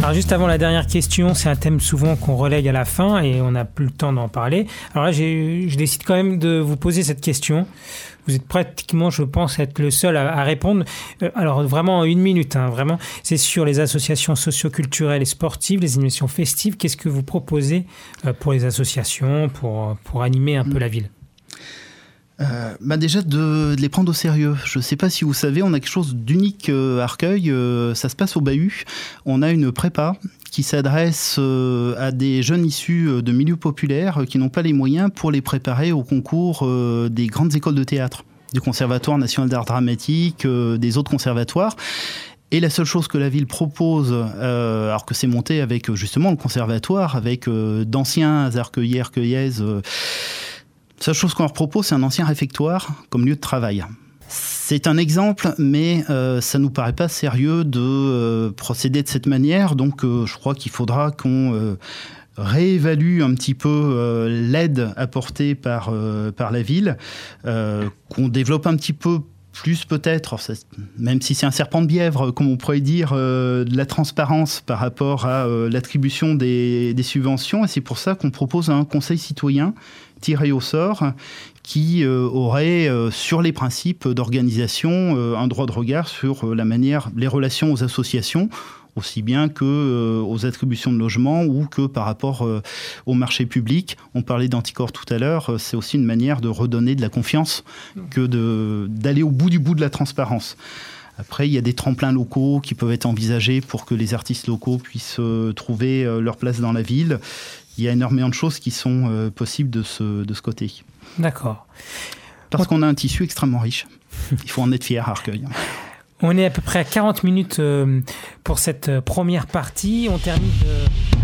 Alors juste avant la dernière question, c'est un thème souvent qu'on relègue à la fin et on n'a plus le temps d'en parler. Alors là, je décide quand même de vous poser cette question. Vous êtes pratiquement, je pense, être le seul à répondre. Alors vraiment en 1 minute, vraiment. C'est sur les associations socioculturelles et sportives, les animations festives. Qu'est-ce que vous proposez pour les associations, pour animer un peu la ville ? Déjà de les prendre au sérieux. Je ne sais pas si vous savez, on a quelque chose d'unique à Arcueil. Ça se passe au Bahut. On a une prépa qui s'adresse à des jeunes issus de milieux populaires qui n'ont pas les moyens pour les préparer au concours des grandes écoles de théâtre, du Conservatoire national d'art dramatique, des autres conservatoires. Et la seule chose que la ville propose, alors que c'est monté avec justement le conservatoire, avec d'anciens arcueillais, arcueillaises, seule chose qu'on leur propose, c'est un ancien réfectoire comme lieu de travail. C'est un exemple, mais ça ne nous paraît pas sérieux de procéder de cette manière. Donc je crois qu'il faudra qu'on réévalue un petit peu l'aide apportée par la ville, qu'on développe un petit peu plus peut-être, même si c'est un serpent de Bièvre, comme on pourrait dire, de la transparence par rapport à l'attribution des subventions. Et c'est pour ça qu'on propose un conseil citoyen tiré au sort qui aurait, sur les principes d'organisation, un droit de regard sur la manière, les relations aux associations, aussi bien que aux attributions de logements ou que par rapport au marché public. On parlait d'Anticor tout à l'heure, c'est aussi une manière de redonner de la confiance que d'aller au bout de la transparence. Après, il y a des tremplins locaux qui peuvent être envisagés pour que les artistes locaux puissent trouver leur place dans la ville. Il y a énormément de choses qui sont possibles de ce côté. D'accord. Parce qu'on a un tissu extrêmement riche. Il faut en être fier à Arcueil. On est à peu près à 40 minutes pour cette première partie. On termine